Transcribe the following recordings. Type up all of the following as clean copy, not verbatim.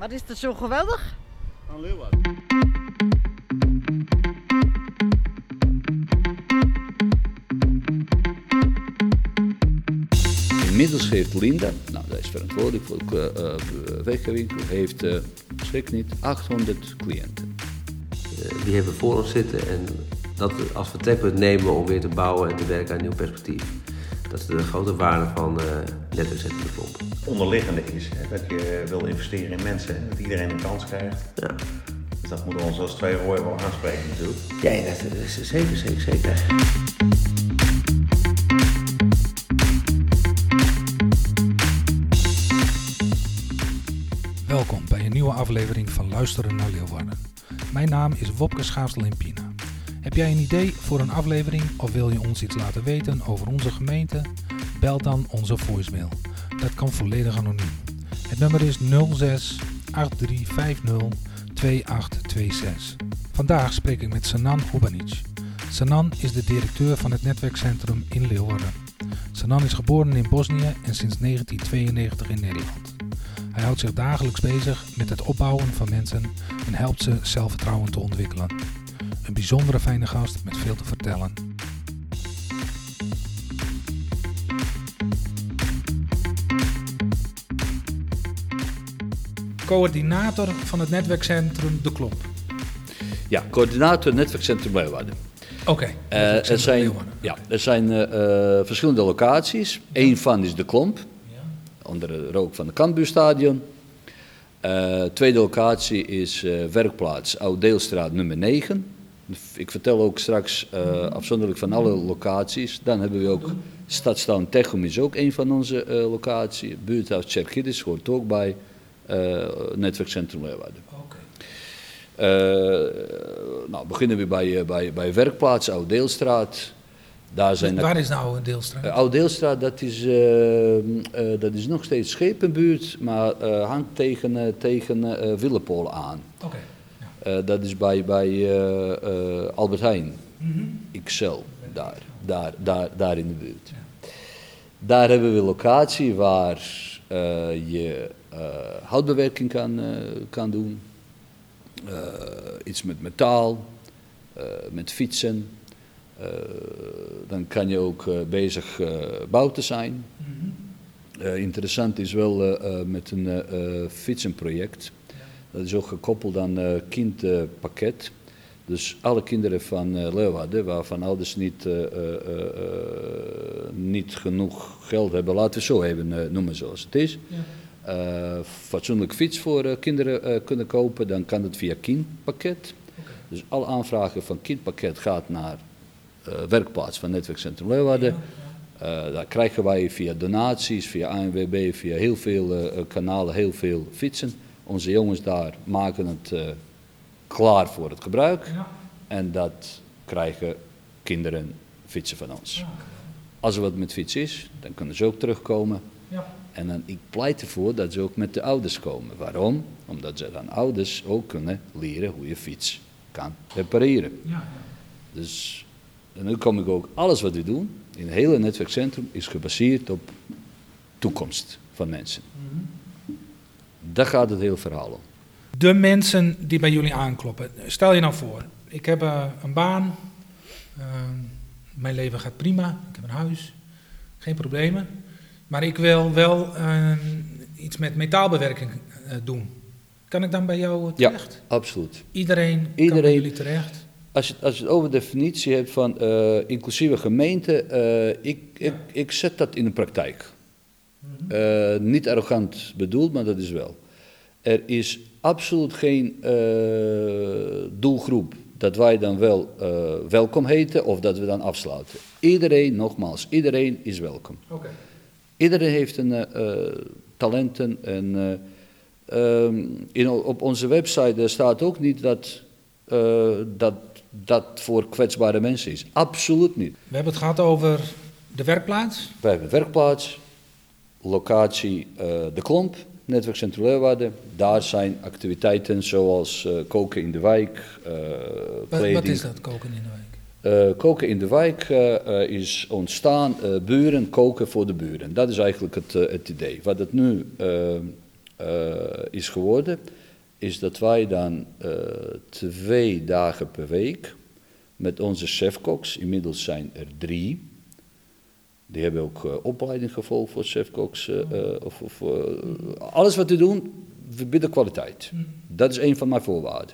Maar is dat zo geweldig? Van Leeuwarden. Inmiddels heeft Linda, dat is verantwoordelijk voor de wegwinkel, heeft, schrik niet, 800 cliënten. Die hebben voor ons zitten en dat als vertrekpunt nemen om weer te bouwen en te werken aan een nieuw perspectief. Dat is de grote waarde van netwerkcentrum De Klomp. Onderliggende is dat je wil investeren in mensen, dat iedereen een kans krijgt. Ja. Dus dat moet ons als twee rooien wel aanspreken natuurlijk. Ja, dat is zeker. Welkom bij een nieuwe aflevering van Luisteren naar Leeuwarden. Mijn naam is Wopke Schaafstel in Pina. Heb jij een idee voor een aflevering of wil je ons iets laten weten over onze gemeente? Bel dan onze voicemail. Dat kan volledig anoniem. Het nummer is 06 8350 2826. Vandaag spreek ik met Senan Hubanic. Senan is de directeur van het netwerkcentrum in Leeuwarden. Senan is geboren in Bosnië en sinds 1992 in Nederland. Hij houdt zich dagelijks bezig met het opbouwen van mensen en helpt ze zelfvertrouwen te ontwikkelen. Een bijzondere fijne gast met veel te vertellen. Coördinator van het netwerkcentrum De Klomp. Ja, coördinator netwerkcentrum Leeuwarden. Oké. Er zijn verschillende locaties. Eén van is De Klomp, onder de rook van het Kantbuurstadion. Tweede locatie is werkplaats Oud-Deelstraat nummer 9. Ik vertel ook straks afzonderlijk van alle locaties. Dan hebben we ook Stadstuin Techum is ook een van onze locaties. Buurthuis Tjergidis hoort ook bij netwerkcentrum Leeuwarden. Beginnen we bij werkplaats Oud-Deelstraat. Waar is nou een Deelstraat? Oud-Deelstraat, dat is nog steeds schepenbuurt, maar hangt tegen Willepool aan. Oké. Ja. Dat is bij Albert Heijn, XL, daar in de buurt. Ja. Daar hebben we een locatie waar je houtbewerking kan doen, iets met metaal, met fietsen. Dan kan je ook bezig bouw te zijn. Interessant is wel met een fietsenproject. Dat is ook gekoppeld aan kindpakket. Dus alle kinderen van Leeuwarden, waarvan ouders niet genoeg geld hebben, laten we zo even noemen zoals het is. Ja. Fatsoenlijk fiets voor kinderen kunnen kopen, dan kan het via kindpakket. Okay. Dus alle aanvragen van kindpakket gaat naar werkplaats van netwerkcentrum Leeuwarden. Daar krijgen wij via donaties, via ANWB, via heel veel kanalen, heel veel fietsen. Onze jongens daar maken het klaar voor het gebruik. Ja. En dat krijgen kinderen fietsen van ons. Ja. Als er wat met fiets is, dan kunnen ze ook terugkomen. Ja. En dan, ik pleit ervoor dat ze ook met de ouders komen. Waarom? Omdat ze dan ouders ook kunnen leren hoe je fiets kan repareren. Ja. Dus... En nu kom ik ook, alles wat we doen in het hele netwerkcentrum is gebaseerd op toekomst van mensen. Daar gaat het hele verhaal om. De mensen die bij jullie aankloppen, stel je nou voor, ik heb een baan, mijn leven gaat prima, ik heb een huis, geen problemen. Maar ik wil wel iets met metaalbewerking doen. Kan ik dan bij jou terecht? Ja, absoluut. Iedereen kan bij jullie terecht? Als je het over definitie hebt van inclusieve gemeente, ik zet dat in de praktijk. Niet arrogant bedoeld, maar dat is wel. Er is absoluut geen doelgroep dat wij dan wel welkom heten of dat we dan afsluiten. Iedereen, nogmaals, iedereen is welkom. Okay. Iedereen heeft een talenten en op onze website staat ook niet dat voor kwetsbare mensen is. Absoluut niet. We hebben het gehad over de werkplaats. We hebben een werkplaats, locatie De Klomp, netwerkcentrum Leeuwarden. Daar zijn activiteiten zoals koken in de wijk, kleding. Wat is dat, koken in de wijk? Koken in de wijk is ontstaan, buren koken voor de buren. Dat is eigenlijk het idee. Wat het nu is geworden, is dat wij dan 2 dagen per week met onze chefkoks, inmiddels zijn er 3, die hebben ook opleiding gevolgd voor chefkoks, alles wat we doen, we bieden kwaliteit. Dat is een van mijn voorwaarden.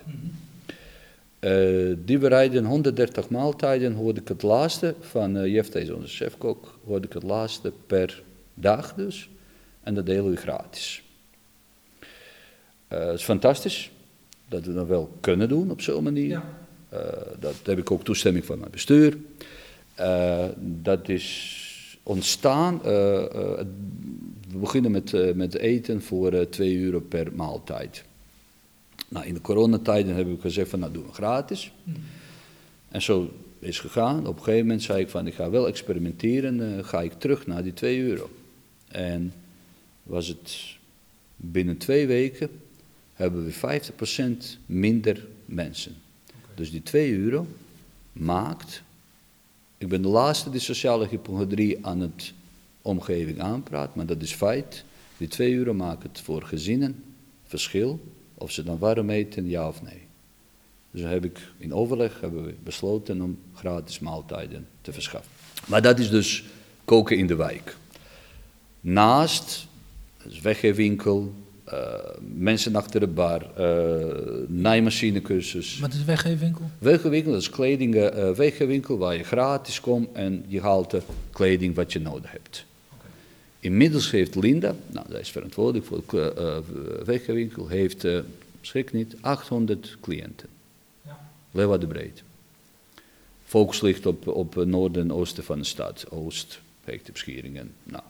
Die bereiden 130 maaltijden, hoorde ik het laatste, van Jefte is onze chefkok, hoorde ik het laatste per dag dus. En dat delen we gratis. Het is fantastisch dat we dat wel kunnen doen op zo'n manier. Ja. Dat heb ik ook toestemming van mijn bestuur. Dat is ontstaan. We beginnen met eten voor 2 euro per maaltijd. Nou, in de coronatijden hebben we gezegd van, nou doen we gratis. En zo is gegaan. Op een gegeven moment zei ik van, ik ga wel experimenteren, ga ik terug naar die 2 euro. En was het binnen 2 weken hebben we 50% minder mensen. Okay. Dus die 2 euro maakt, ik ben de laatste die sociale hypochondrie aan het omgeving aanpraat, maar dat is feit, die 2 euro maakt het voor gezinnen verschil, of ze dan warm eten, ja of nee. Dus dan in overleg hebben we besloten om gratis maaltijden te verschaffen. Maar dat is dus koken in de wijk. Naast, dus weggeefwinkel, mensen achter de bar, naaimachinecursus. Wat is weggeefwinkel? Weggeefwinkel, dat is kleding, weggeefwinkel waar je gratis komt en je haalt de kleding wat je nodig hebt. Okay. Inmiddels heeft Linda, nou zij is verantwoordelijk voor de weggeefwinkel, heeft, schrik niet, 800 cliënten. Ja. Leeuwarden-breed. Focus ligt op noorden en oosten van de stad, Oost, Beekte-Schieringen, nou.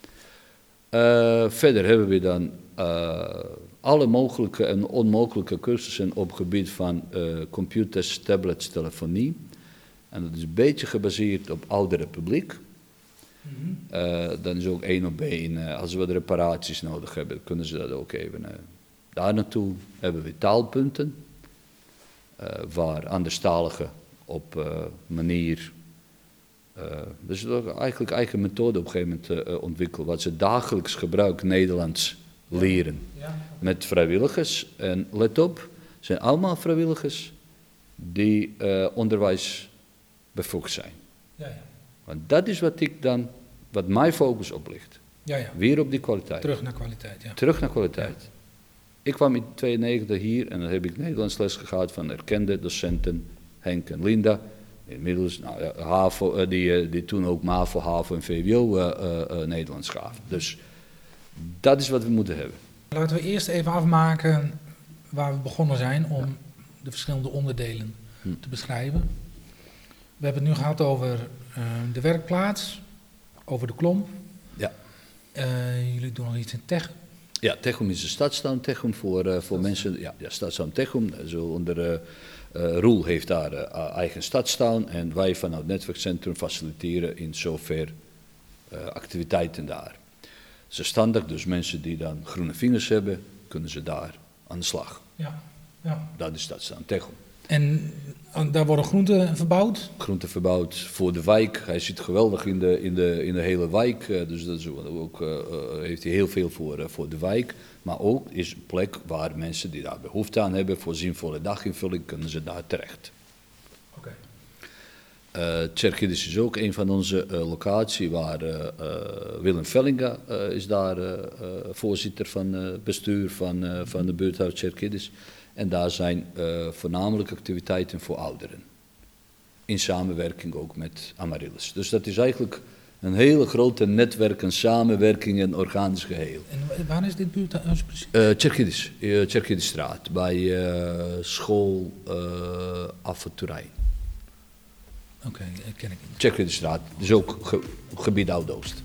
Verder hebben we dan alle mogelijke en onmogelijke cursussen op gebied van computers, tablets, telefonie. En dat is een beetje gebaseerd op oudere publiek. Dan is ook 1 op 1, als we de reparaties nodig hebben, kunnen ze dat ook even. Daar naartoe hebben we taalpunten, waar anderstaligen op manier... dus eigenlijk eigen methode op een gegeven moment ontwikkelen, wat ze dagelijks gebruiken Nederlands leren. Ja. Met vrijwilligers. En let op, zijn allemaal vrijwilligers die onderwijs bevoegd zijn. Ja, ja. Want dat is wat mijn focus op ligt. Ja, ja. Weer op die kwaliteit. Terug naar kwaliteit, ja. Terug naar kwaliteit. Ja. Ik kwam in 1992 hier en dan heb ik Nederlands les gehad van erkende docenten Henk en Linda. Inmiddels, HAVO, die toen ook MAVO, HAVO en VWO Nederlands gaven. Dus dat is wat we moeten hebben. Laten we eerst even afmaken waar we begonnen zijn om de verschillende onderdelen te beschrijven. We hebben het nu gehad over de werkplaats, over de klomp. Ja. Jullie doen nog iets in Techum. Ja, Techum is de stadstuin. Techum voor mensen, ja, stadstuin Techum. Zo onder... Roel heeft daar eigen stadstuin en wij vanuit het netwerkcentrum faciliteren in zover activiteiten daar. Ze standaard, dus mensen die dan groene vingers hebben, kunnen ze daar aan de slag. Ja, ja. Dat is stadstuin Techum. En daar worden groenten verbouwd? Groenten verbouwd voor de wijk. Hij zit geweldig in de hele wijk, dus dat is ook, heeft hij heel veel voor de wijk. Maar ook is een plek waar mensen die daar behoefte aan hebben voor zinvolle daginvulling, kunnen ze daar terecht. Okay. Tjerkidis is ook een van onze locaties waar Willem Vellinga is daar voorzitter van bestuur van de buurthuis Tjerkidis. En daar zijn voornamelijk activiteiten voor ouderen. In samenwerking ook met Amaryllis. Dus dat is eigenlijk een hele grote netwerk en samenwerking en organisch geheel. En waar is dit buurthuis precies? Tjerkidisstraat, bij school Afferturijn. Oké, dat ken ik niet. Tjerkidisstraat, dus ook gebied Oud-Oost.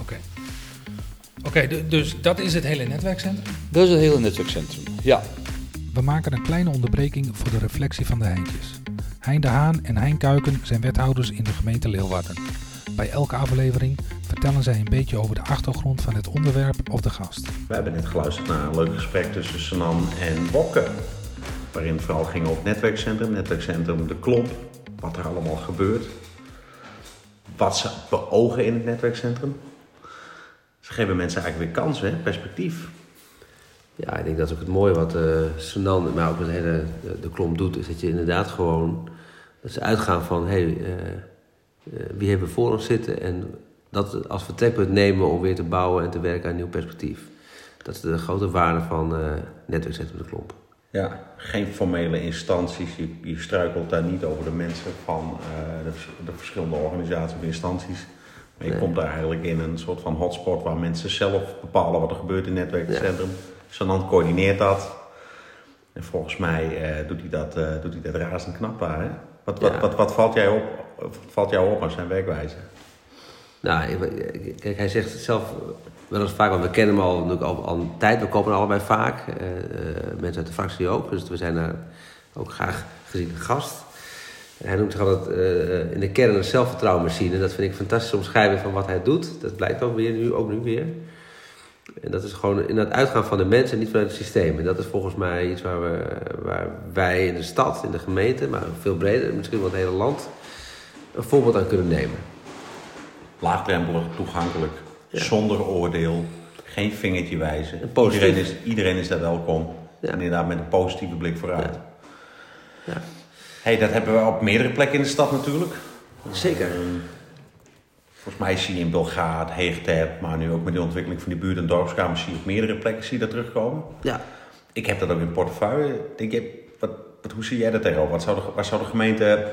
Oké, dus dat is het hele netwerkcentrum? Dat is het hele netwerkcentrum, ja. We maken een kleine onderbreking voor de reflectie van de Heintjes. Hein de Haan en Hein Kuiken zijn wethouders in de gemeente Leeuwarden. Bij elke aflevering vertellen zij een beetje over de achtergrond van het onderwerp of de gast. We hebben net geluisterd naar een leuk gesprek tussen Sanan en Wopke. Waarin het vooral ging over het netwerkcentrum De Klomp. Wat er allemaal gebeurt. Wat ze beogen in het netwerkcentrum. Ze geven mensen eigenlijk weer kansen, perspectief. Ja, ik denk dat ook het mooie wat Senan, maar ook de klomp doet, is dat je inderdaad gewoon, dat ze uitgaan van, wie hebben we voor ons zitten en dat als vertrekpunt nemen om weer te bouwen en te werken aan een nieuw perspectief. Dat is de grote waarde van netwerkcentrum de klomp. Ja, geen formele instanties. Je struikelt daar niet over de mensen van de verschillende organisaties of instanties. Maar je komt daar eigenlijk in een soort van hotspot waar mensen zelf bepalen wat er gebeurt in het netwerkcentrum. Senan coördineert dat. En volgens mij doet hij dat razend knap daar. Hè? Wat valt jou op aan zijn werkwijze? Nou, kijk, hij zegt het zelf wel eens vaak, want we kennen hem al een tijd. We komen allebei vaak. Mensen uit de fractie ook. Dus we zijn daar ook graag gezien een gast. Hij noemt zich altijd in de kern een zelfvertrouwenmachine. Dat vind ik een fantastische omschrijving van wat hij doet. Dat blijkt ook nu weer. En dat is gewoon in het uitgaan van de mensen en niet vanuit het systeem. En dat is volgens mij iets waar wij in de stad, in de gemeente, maar veel breder, misschien wel het hele land, een voorbeeld aan kunnen nemen. Laagdrempelig, toegankelijk, zonder oordeel, geen vingertje wijzen. Iedereen is daar welkom. Ja. En inderdaad met een positieve blik vooruit. Ja. Hey, dat hebben we op meerdere plekken in de stad natuurlijk. Zeker. Volgens mij zie je in Belgaard, Heegtep, maar nu ook met de ontwikkeling van die buurt- en dorpskamers zie je op meerdere plekken dat terugkomen. Ja. Ik heb dat ook in portefeuille. Denk je, hoe zie jij dat tegenover? Wat zou de gemeente,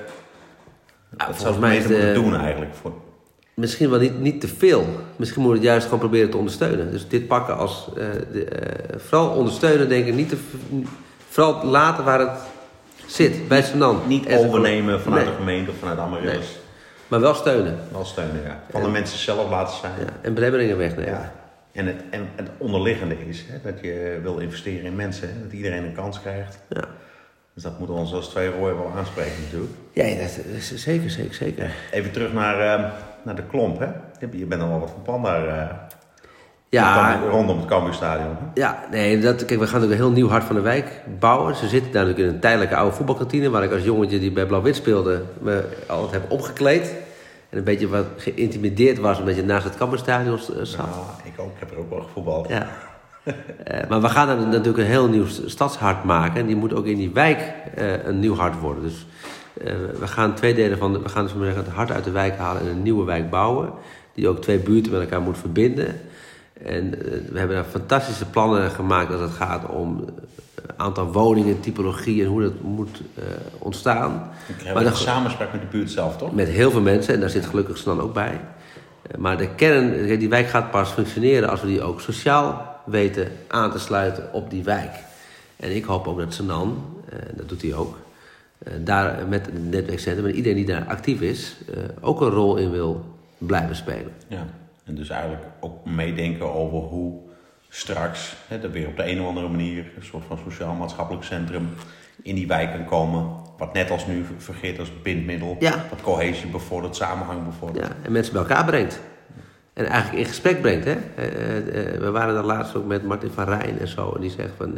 moeten doen eigenlijk? Misschien wel niet te veel. Misschien moet het juist gewoon proberen te ondersteunen. Dus dit pakken als... vooral ondersteunen, denk ik. Vooral laten waar het zit, bij Senan. Niet overnemen vanuit de gemeente of vanuit Amaryllis. Nee. Maar wel steunen. Ja. Van de mensen zelf laten zijn. Ja, en belemmeringen wegnemen. Ja. En het onderliggende is dat je wil investeren in mensen. Hè? Dat iedereen een kans krijgt. Ja. Dus dat moet ons als twee rooien wel aanspreken natuurlijk. Ja, dat is zeker. Even terug naar de klomp. Hè? Je bent al wel wat van plan daar rondom het Cambuurstadion. Hè? Ja, nee, kijk, we gaan natuurlijk een heel nieuw hart van de wijk bouwen. Ze zitten daar natuurlijk in een tijdelijke oude voetbalkantine, waar ik als jongetje die bij Blauw-Wit speelde me altijd heb opgekleed. En een beetje wat geïntimideerd was omdat je naast het Cambuurstadion zat. Nou, ik ook. Ik heb er ook wel gevoetbald. Ja. Maar we gaan er natuurlijk een heel nieuw stadshart maken. En die moet ook in die wijk een nieuw hart worden. Dus we gaan twee delen we gaan dus het hart uit de wijk halen en een nieuwe wijk bouwen. Die ook twee buurten met elkaar moet verbinden. En we hebben daar fantastische plannen gemaakt als het gaat om aantal woningen, typologie en hoe dat moet ontstaan. Ik heb een samenspraak met de buurt zelf, toch? Met heel veel mensen en daar zit gelukkig Senan ook bij. Maar de kern, die wijk gaat pas functioneren als we die ook sociaal weten aan te sluiten op die wijk. En ik hoop ook dat Senan, dat doet hij ook, daar met het netwerkcentrum en iedereen die daar actief is, ook een rol in wil blijven spelen. Ja, en dus eigenlijk ook meedenken over hoe straks, dat weer op de een of andere manier, een soort van sociaal-maatschappelijk centrum in die wijk kan komen. Wat net als nu vergeet als bindmiddel, wat cohesie bevordert, samenhang bevordert. Ja, en mensen bij elkaar brengt. En eigenlijk in gesprek brengt. Hè? We waren daar laatst ook met Martin van Rijn en zo. En die zegt van,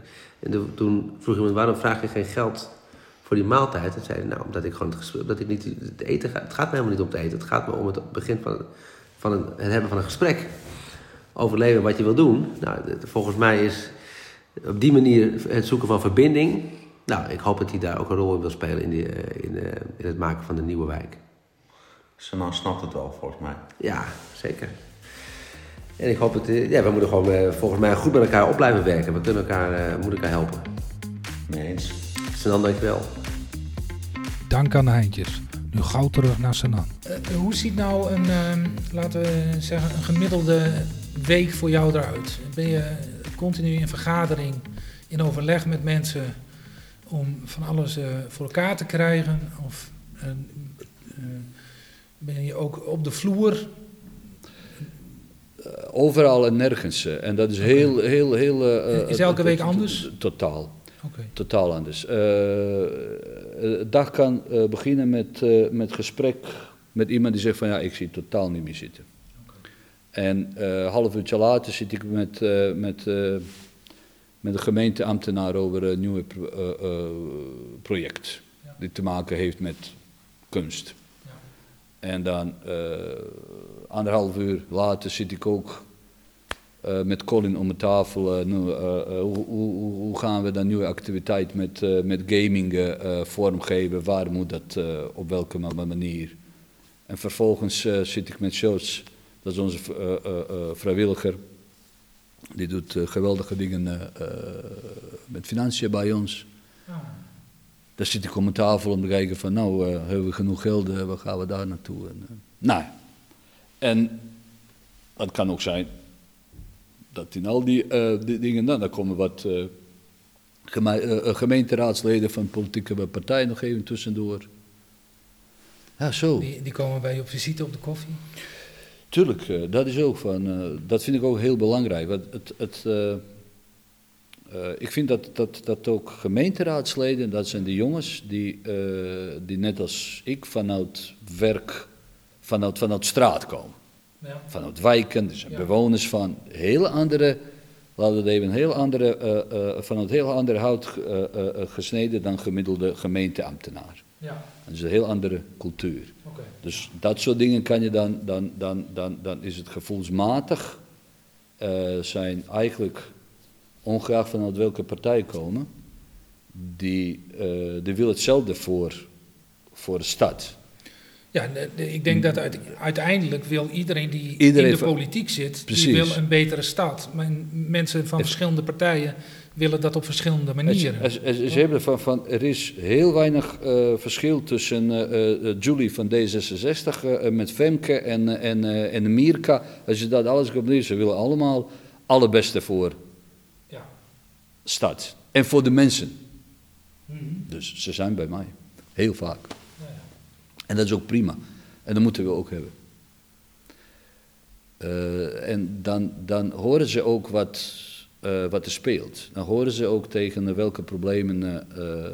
toen vroeg iemand, waarom vraag je geen geld voor die maaltijd? En zei hij, omdat ik gewoon dat ik niet het eten ga. Het gaat me helemaal niet om het eten. Het gaat me om het begin van het hebben van een gesprek. Overleven wat je wil doen. Nou, volgens mij is op die manier het zoeken van verbinding. Nou, ik hoop dat hij daar ook een rol in wil spelen in het maken van de nieuwe wijk. Senan snapt het wel, volgens mij. Ja, zeker. En ik hoop we moeten gewoon volgens mij goed met elkaar op blijven werken. We kunnen moeten elkaar helpen. Mee eens. Senan, dankjewel. Dank aan de Heintjes. Nu gauw terug naar Senan. Hoe ziet nou laten we zeggen, een gemiddelde week voor jou eruit? Ben je continu in vergadering, in overleg met mensen om van alles voor elkaar te krijgen? Of ben je ook op de vloer? Overal en nergens. En dat is heel... Is elke week anders? Totaal. Okay. Totaal anders. De dag kan beginnen met gesprek met iemand die zegt van ik zie het totaal niet meer zitten. Okay. En half uurtje later zit ik met een gemeenteambtenaar over een nieuw project. Ja. Die te maken heeft met kunst. Ja. En dan 1,5 uur later zit ik ook met Colin om de tafel, hoe gaan we dan nieuwe activiteit met gaming vormgeven, waar moet dat, op welke manier. En vervolgens zit ik met Sjoots, dat is onze vrijwilliger, die doet geweldige dingen met financiën bij ons. Daar zit ik om de tafel om te kijken van, nou, hebben we genoeg geld, waar gaan we daar naartoe? En het kan ook zijn dat in al die dingen, dan komen wat gemeenteraadsleden van politieke partijen nog even tussendoor. Ja, zo. Die komen bij je op visite op de koffie? Tuurlijk, dat is ook van, dat vind ik ook heel belangrijk. Want ik vind dat ook gemeenteraadsleden, dat zijn de jongens die net als ik vanuit werk, vanuit straat komen. Ja. Vanuit wijken, er zijn bewoners van hele andere, laten we het even, vanuit heel andere hout gesneden dan gemiddelde gemeenteambtenaar. Ja. Dat is een heel andere cultuur. Okay. Dus dat soort dingen kan je dan is het gevoelsmatig, zijn eigenlijk, ongeacht vanuit welke partij komen, die wil hetzelfde voor de stad. Ja, ik denk dat uiteindelijk wil iedereen die in de politiek zit, precies, die wil een betere stad. Maar mensen van verschillende partijen willen dat op verschillende manieren. Er is heel weinig verschil tussen Julie van D66 met Femke en Mirka. Als je dat alles komt, ze willen allemaal allerbeste voor stad. En voor de mensen. Mm-hmm. Dus ze zijn bij mij. Heel vaak. En dat is ook prima. En dat moeten we ook hebben. En dan horen ze ook wat er speelt. Dan horen ze ook tegen welke problemen,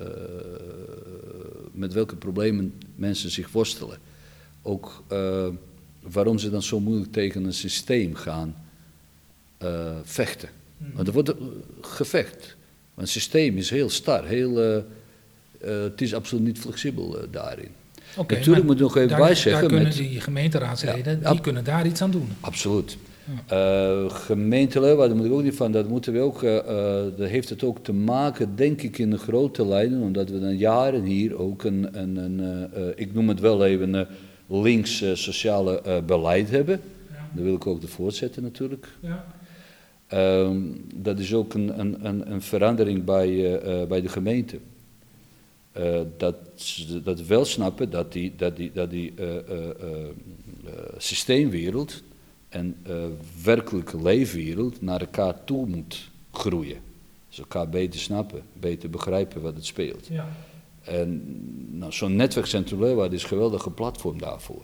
met welke problemen mensen zich worstelen. Ook waarom ze dan zo moeilijk tegen een systeem gaan vechten. Want er wordt gevecht. Want het systeem is heel star, het is absoluut niet flexibel daarin. Okay, natuurlijk moet ik nog even bijzeggen. Daar kunnen die gemeenteraadsleden, die kunnen daar iets aan doen. Absoluut. Gemeente Leeuwarden moet ik ook niet van, dat moeten we ook, dat heeft het ook te maken, denk ik, in de grote lijnen, omdat we dan jaren hier ook ik noem het wel even, links sociale beleid hebben. Ja. Daar wil ik ook de voortzetten natuurlijk. Ja. Dat is ook een verandering bij de gemeente. Dat wel snappen dat die systeemwereld en werkelijke leefwereld naar elkaar toe moet groeien. Dus elkaar beter snappen, beter begrijpen wat het speelt. Ja. En zo'n netwerkcentrum Leeuwarden is een geweldige platform daarvoor.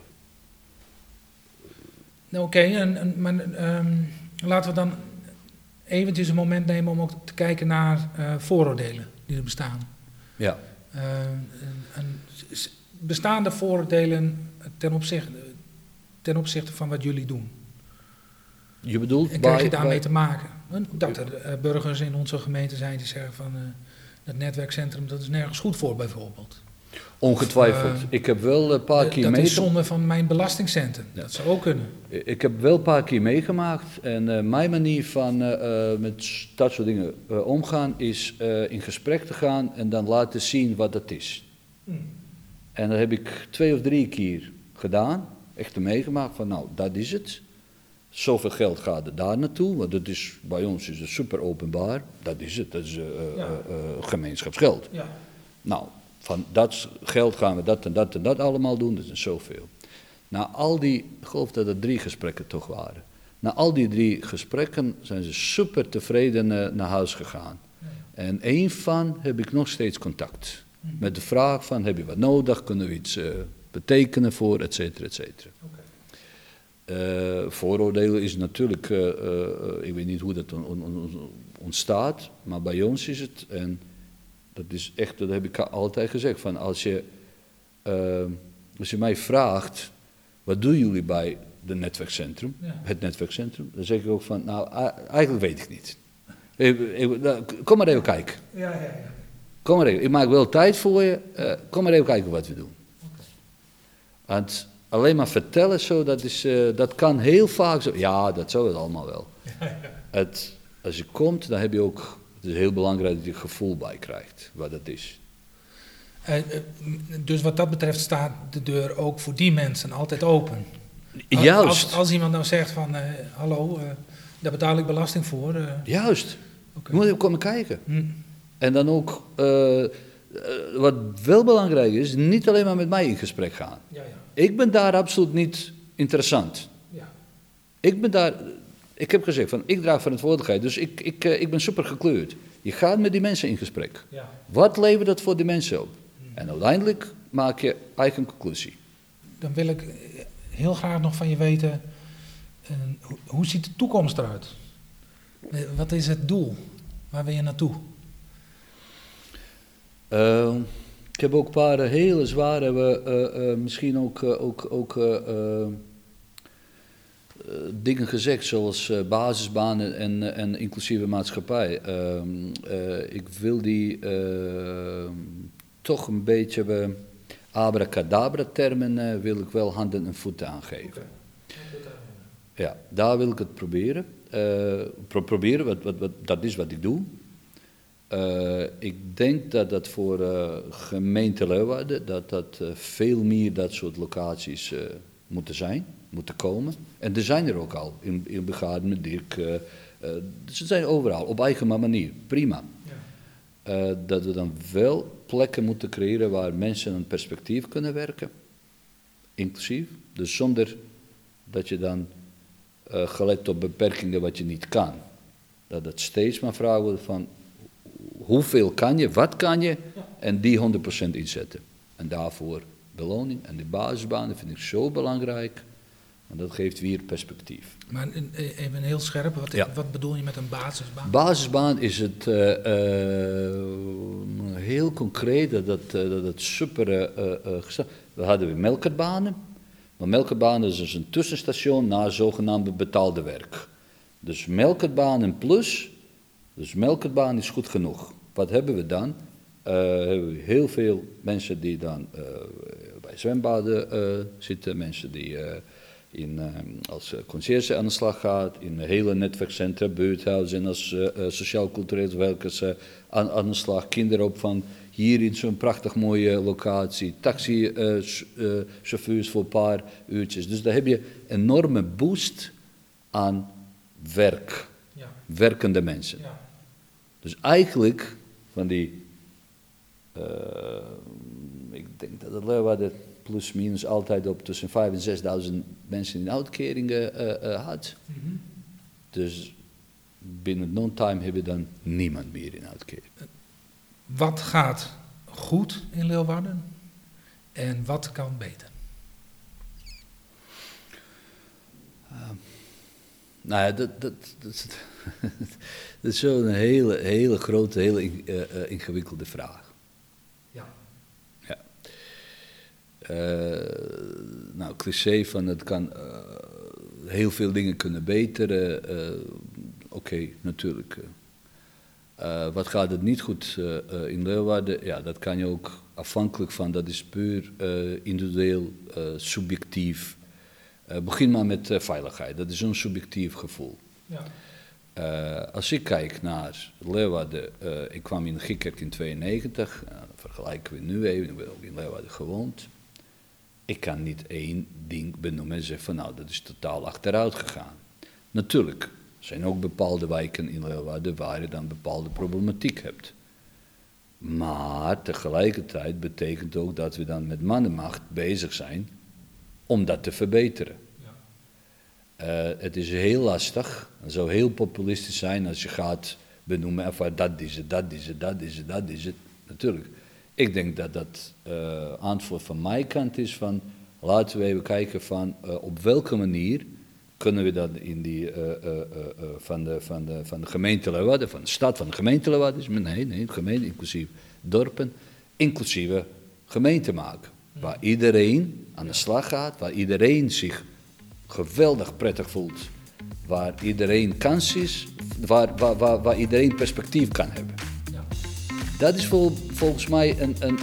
Oké, maar laten we dan eventjes een moment nemen om ook te kijken naar vooroordelen die er bestaan. Ja. Bestaande vooroordelen ten opzichte van wat jullie doen? Je bedoelt? En krijg je daarmee te maken? Dat er burgers in onze gemeente zijn die zeggen van het netwerkcentrum, dat is nergens goed voor bijvoorbeeld. Ongetwijfeld. Ik heb wel een paar keer meegemaakt. Dat is zonde van mijn belastingcenten. Ja. Dat zou ook kunnen. Ik heb wel een paar keer meegemaakt. En mijn manier van met dat soort dingen omgaan is in gesprek te gaan en dan laten zien wat het is. En dat heb ik 2 of 3 keer gedaan. Echt meegemaakt van nou, dat is het. Zoveel geld gaat er daar naartoe. Want dat is, bij ons is het super openbaar. Dat is het. Dat is gemeenschapsgeld. Ja. Nou, van dat geld gaan we dat en dat en dat allemaal doen, dat is zoveel. Na al die, ik geloof dat er 3 gesprekken toch waren. Na al die 3 gesprekken zijn ze super tevreden naar huis gegaan. Ja. En 1 van heb ik nog steeds contact. Met de vraag van, heb je wat nodig, kunnen we iets betekenen voor, et cetera, et cetera. Okay. Vooroordelen is natuurlijk, ik weet niet hoe dat ontstaat, maar bij ons is het... En dat is echt, dat heb ik altijd gezegd, van als je mij vraagt, wat doen jullie bij het netwerkcentrum, dan zeg ik ook van, nou, eigenlijk weet ik niet. Kom maar even kijken. Ja. Kom maar even, ik maak wel tijd voor je, kom maar even kijken wat we doen. Okay. Want alleen maar vertellen zo, dat kan heel vaak zo, ja, dat zou het allemaal wel. Ja. Als je komt, dan heb je ook, het is heel belangrijk dat je gevoel bij krijgt, wat het is. Dus wat dat betreft staat de deur ook voor die mensen altijd open. Juist. Als iemand nou zegt van, hallo, daar betaal ik belasting voor. Juist. Okay. Je moet even komen kijken. En dan ook, wat wel belangrijk is, niet alleen maar met mij in gesprek gaan. Ja. Ik ben daar absoluut niet interessant. Ja. Ik heb gezegd, van, ik draag verantwoordelijkheid, dus ik ben super gekleurd. Je gaat met die mensen in gesprek. Ja. Wat levert dat voor die mensen op? En uiteindelijk maak je eigen conclusie. Dan wil ik heel graag nog van je weten, hoe ziet de toekomst eruit? Wat is het doel? Waar wil je naartoe? Ik heb ook een paar hele zware, misschien ook dingen gezegd, zoals basisbanen en inclusieve maatschappij. Ik wil die toch een beetje abracadabra-termen wil ik wel handen en voeten aangeven. Okay. Ja, daar wil ik het proberen. Proberen, dat is wat ik doe. Ik denk dat voor gemeente Leeuwarden, dat veel meer dat soort locaties moeten komen. En er zijn er ook al, in Begaarden met Dirk. Ze zijn overal, op eigen manier, prima. Ja. Dat we dan wel plekken moeten creëren waar mensen een perspectief kunnen werken, inclusief. Dus zonder dat je dan gelet op beperkingen wat je niet kan. Dat het steeds maar vragen wordt van hoeveel kan je, wat kan je, en die 100% inzetten. En daarvoor beloning en die basisbanen vind ik zo belangrijk, want dat geeft weer perspectief. Maar even heel scherp, wat bedoel je met een basisbaan? Basisbaan is het heel concreet, dat het super... we hadden weer melkertbanen, maar melkertbanen is dus een tussenstation na zogenaamde betaalde werk. Dus melkertbanen plus, dus melkertbaan is goed genoeg. Wat hebben we dan? Hebben we heel veel mensen die dan bij zwembaden zitten, mensen die als conciërge aan de slag gaat, in hele netwerkcentra, buurthuizen en als sociaal-cultureel werkers aan de slag, kinderopvang, hier in zo'n prachtig mooie locatie, taxichauffeurs voor een paar uurtjes. Dus daar heb je een enorme boost aan werk, werkende mensen. Ja. Dus eigenlijk van die, ik denk dat het Leeuwarden plus minus altijd op tussen 5.000 en 6.000 mensen in uitkeringen had. Mm-hmm. Dus binnen no time heb je dan niemand meer in uitkering. Wat gaat goed in Leeuwarden en wat kan beter? Nou ja, dat is zo'n hele grote, hele ingewikkelde vraag. Ja. Ja. Nou, cliché van het kan heel veel dingen kunnen beter. Oké, natuurlijk. Wat gaat het niet goed in Leeuwarden? Ja, dat kan je ook afhankelijk van, dat is puur individueel, subjectief. Begin maar met veiligheid, dat is een subjectief gevoel. Ja. Als ik kijk naar Leeuwarden, ik kwam in Gikkert in 1992, vergelijken we nu even, ik ben ook in Leeuwarden gewoond. Ik kan niet één ding benoemen en zeggen van nou, dat is totaal achteruit gegaan. Natuurlijk, er zijn ook bepaalde wijken in Leeuwarden waar je dan bepaalde problematiek hebt. Maar tegelijkertijd betekent ook dat we dan met mannenmacht bezig zijn om dat te verbeteren. Ja. Het is heel lastig, het zou heel populistisch zijn als je gaat benoemen, van dat is het. Natuurlijk, ik denk dat dat antwoord van mijn kant is van, laten we even kijken van op welke manier kunnen we dat in die, van de gemeente Leeuwarden, van de stad van de gemeente Leeuwarden, nee, gemeente inclusief dorpen, inclusieve gemeente maken. Waar iedereen aan de slag gaat, waar iedereen geweldig prettig voelt, waar iedereen kans is, waar iedereen perspectief kan hebben. Ja. Dat is volgens mij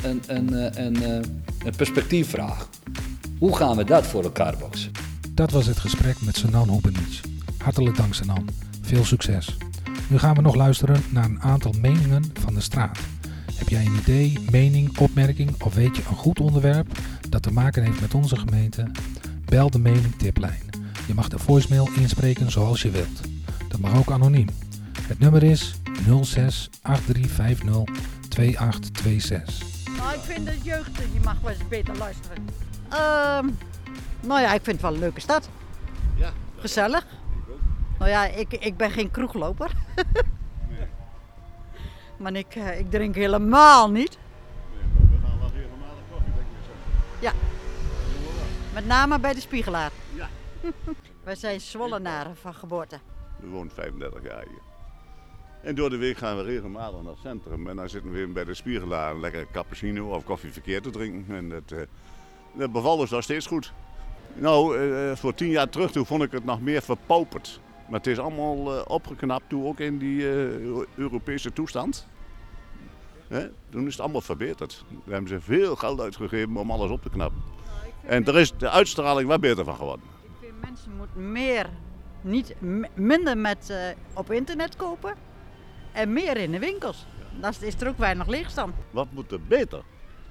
een perspectiefvraag. Hoe gaan we dat voor elkaar boksen? Dat was het gesprek met Senan Houbenitz. Hartelijk dank, Senan. Veel succes. Nu gaan we nog luisteren naar een aantal meningen van de straat. Heb jij een idee, mening, opmerking of weet je een goed onderwerp dat te maken heeft met onze gemeente? Bel de mening tiplijn. Je mag de voicemail inspreken zoals je wilt. Dat mag ook anoniem. Het nummer is 06 8350 2826. Nou, ik vind de jeugd, die mag wel eens beter luisteren. Nou ja, ik vind het wel een leuke stad. Ja. Gezellig. Nou ja, ik ben geen kroegloper. Nee. Maar ik drink helemaal niet. Nee, maar we gaan wel regelmatig koffie drinken. Zo. Ja. Met name bij de Spiegelaar. Ja. Wij zijn Zwollenaren van geboorte. We wonen 35 jaar hier. En door de week gaan we regelmatig naar het centrum. En dan zitten we weer bij de Spiegelaar een lekker cappuccino of koffie verkeerd te drinken. En dat bevalt ons nog steeds goed. Nou, voor 10 jaar terug toen vond ik het nog meer verpauperd. Maar het is allemaal opgeknapt toen ook in die Europese toestand. Toen is het allemaal verbeterd. We hebben ze veel geld uitgegeven om alles op te knappen. En er is de uitstraling wel beter van geworden. Ik vind mensen moeten minder op internet kopen en meer in de winkels. Dan is er ook weinig leegstand. Wat moet er beter?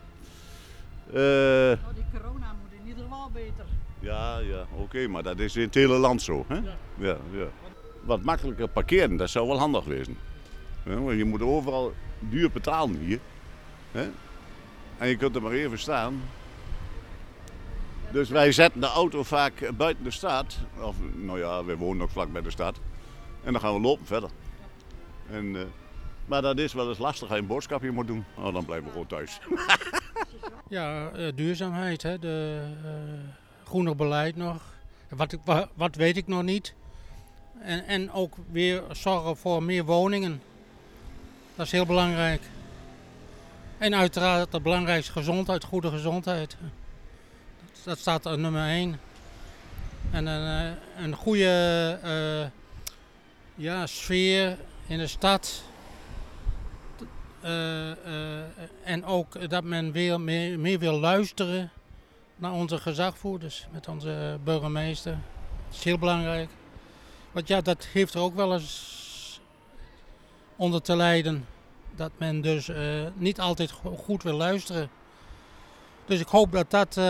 Die corona moet in ieder geval beter. Ja, oké, maar dat is in het hele land zo. Hè? Ja. Wat makkelijker parkeren, dat zou wel handig wezen. Want je moet overal duur betalen hier. Hè? En je kunt er maar even staan. Dus wij zetten de auto vaak buiten de stad. Of, nou ja, we wonen ook vlak bij de stad. En dan gaan we lopen verder. Maar dat is wel eens lastig als je een boodschapje moet doen. Nou, dan blijven we gewoon thuis. Ja, duurzaamheid, hè? Groener beleid nog. Wat weet ik nog niet. En ook weer zorgen voor meer woningen. Dat is heel belangrijk. En uiteraard het belangrijkste gezondheid, goede gezondheid. Dat staat aan nummer 1. En een goede sfeer in de stad. En ook dat men weer meer wil luisteren naar onze gezagvoerders, met onze burgemeester. Dat is heel belangrijk. Want ja, dat heeft er ook wel eens onder te lijden. Dat men dus niet altijd goed wil luisteren. Dus ik hoop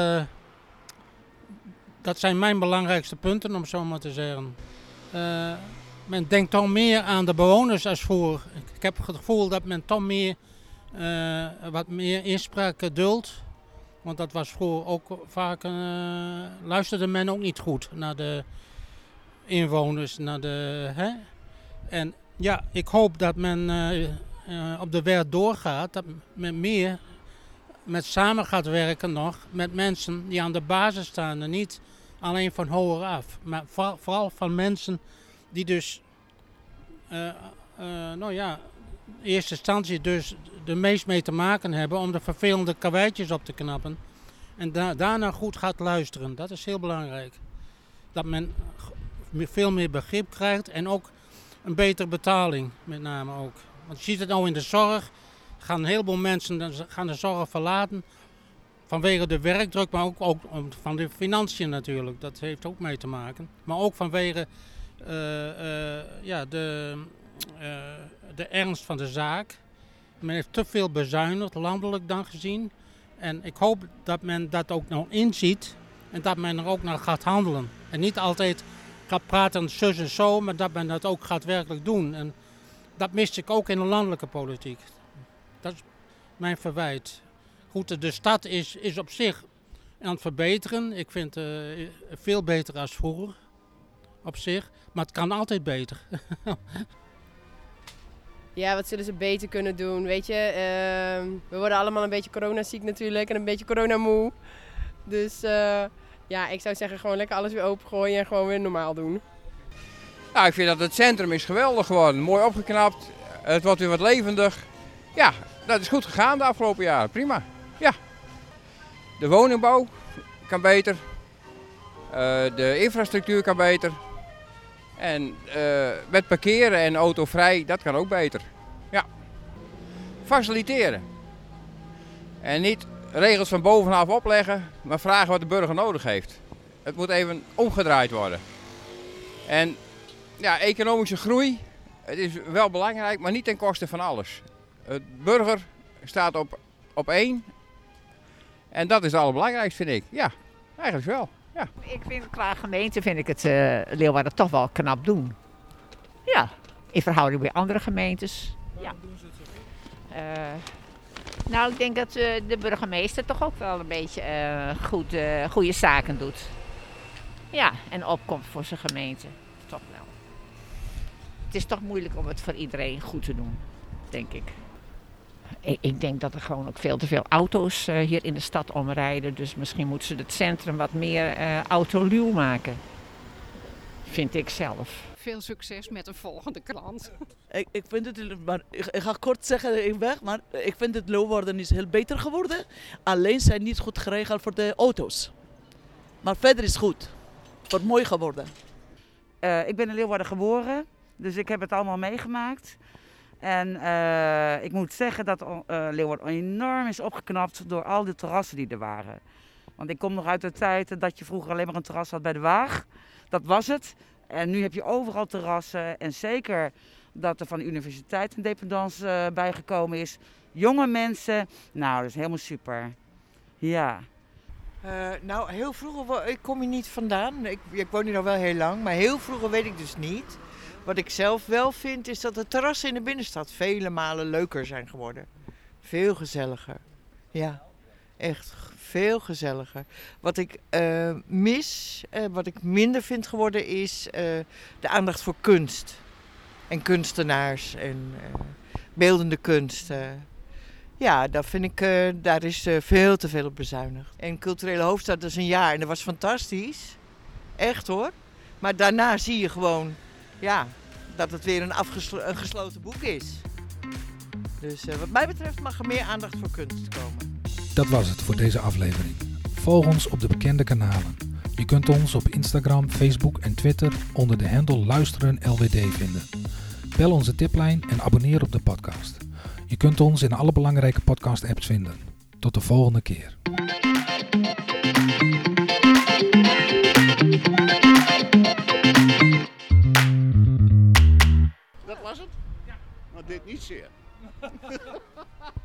dat zijn mijn belangrijkste punten, om zo maar te zeggen. Men denkt toch meer aan de bewoners als voor. Ik heb het gevoel dat men toch wat meer inspraak duldt. Want dat was vroeger ook vaak, luisterde men ook niet goed naar de inwoners. En ja, ik hoop dat men op de weg doorgaat, dat men meer samen gaat werken nog met mensen die aan de basis staan en niet alleen van hoger af. Maar vooral van mensen die dus, in eerste instantie dus de meest mee te maken hebben om de vervelende karweitjes op te knappen. En daarna goed gaat luisteren. Dat is heel belangrijk. Dat men veel meer begrip krijgt en ook een betere betaling met name ook. Want je ziet het nou in de zorg. Gaan een heleboel mensen de zorg verlaten vanwege de werkdruk, maar ook van de financiën natuurlijk. Dat heeft ook mee te maken. Maar ook vanwege de ernst van de zaak. Men heeft te veel bezuinigd, landelijk dan gezien. En ik hoop dat men dat ook nog inziet en dat men er ook naar gaat handelen. En niet altijd gaat praten zus en zo, maar dat men dat ook gaat werkelijk doen. En dat miste ik ook in de landelijke politiek. Dat is mijn verwijt. Goed, de stad is op zich aan het verbeteren. Ik vind het veel beter dan vroeger, op zich. Maar het kan altijd beter. Ja, wat zullen ze beter kunnen doen, weet je. We worden allemaal een beetje coronaziek natuurlijk en een beetje coronamoe. Dus ik zou zeggen gewoon lekker alles weer opengooien en gewoon weer normaal doen. Nou, ik vind dat het centrum is geweldig geworden. Mooi opgeknapt. Het wordt weer wat levendig. Ja, dat is goed gegaan de afgelopen jaren. Prima. Ja. De woningbouw kan beter. De infrastructuur kan beter. En met parkeren en autovrij, dat kan ook beter. Ja. Faciliteren. En niet regels van bovenaf opleggen, maar vragen wat de burger nodig heeft. Het moet even omgedraaid worden. En Ja, economische groei. Het is wel belangrijk, maar niet ten koste van alles. Het burger staat op één. En dat is het allerbelangrijkste, vind ik. Ja, eigenlijk wel. Ja. Ik vind qua gemeente vind ik het Leeuwarden toch wel knap doen. Ja, in verhouding bij andere gemeentes. Ja. Doen ze het zo goed? Nou, ik denk dat de burgemeester toch ook wel een beetje goede zaken doet. Ja, en opkomt voor zijn gemeente. Toch wel. Het is toch moeilijk om het voor iedereen goed te doen, denk ik. Ik denk dat er gewoon ook veel te veel auto's hier in de stad omrijden. Dus misschien moeten ze het centrum wat meer autoluw maken. Vind ik zelf. Veel succes met een volgende klant. Ik vind het, maar ik ga kort zeggen, maar ik vind het Leeuwarden is heel beter geworden. Alleen zijn niet goed geregeld voor de auto's. Maar verder is het goed. Het wordt mooi geworden. Ik ben in Leeuwarden geboren, dus ik heb het allemaal meegemaakt. En ik moet zeggen dat Leeuwarden enorm is opgeknapt door al die terrassen die er waren. Want ik kom nog uit de tijd dat je vroeger alleen maar een terras had bij de Waag. Dat was het. En nu heb je overal terrassen. En zeker dat er van de universiteit een dependance bijgekomen is. Jonge mensen, nou dat is helemaal super. Ja. Nou, heel vroeger, ik kom hier niet vandaan. Ik woon hier nog wel heel lang, maar heel vroeger weet ik dus niet. Wat ik zelf wel vind is dat de terrassen in de binnenstad vele malen leuker zijn geworden. Veel gezelliger. Ja, echt veel gezelliger. Wat ik mis, wat ik minder vind geworden is de aandacht voor kunst. En kunstenaars en beeldende kunst. Ja, dat vind ik, daar is veel te veel op bezuinigd. En culturele hoofdstad is een jaar en dat was fantastisch. Echt hoor. Maar daarna zie je gewoon, ja, dat het weer een gesloten boek is. Dus wat mij betreft mag er meer aandacht voor kunst komen. Dat was het voor deze aflevering. Volg ons op de bekende kanalen. Je kunt ons op Instagram, Facebook en Twitter onder de handle LuisterenLWD vinden. Bel onze tiplijn en abonneer op de podcast. Je kunt ons in alle belangrijke podcast-apps vinden. Tot de volgende keer. Dat was het? Ja. Maar dit niet zeer.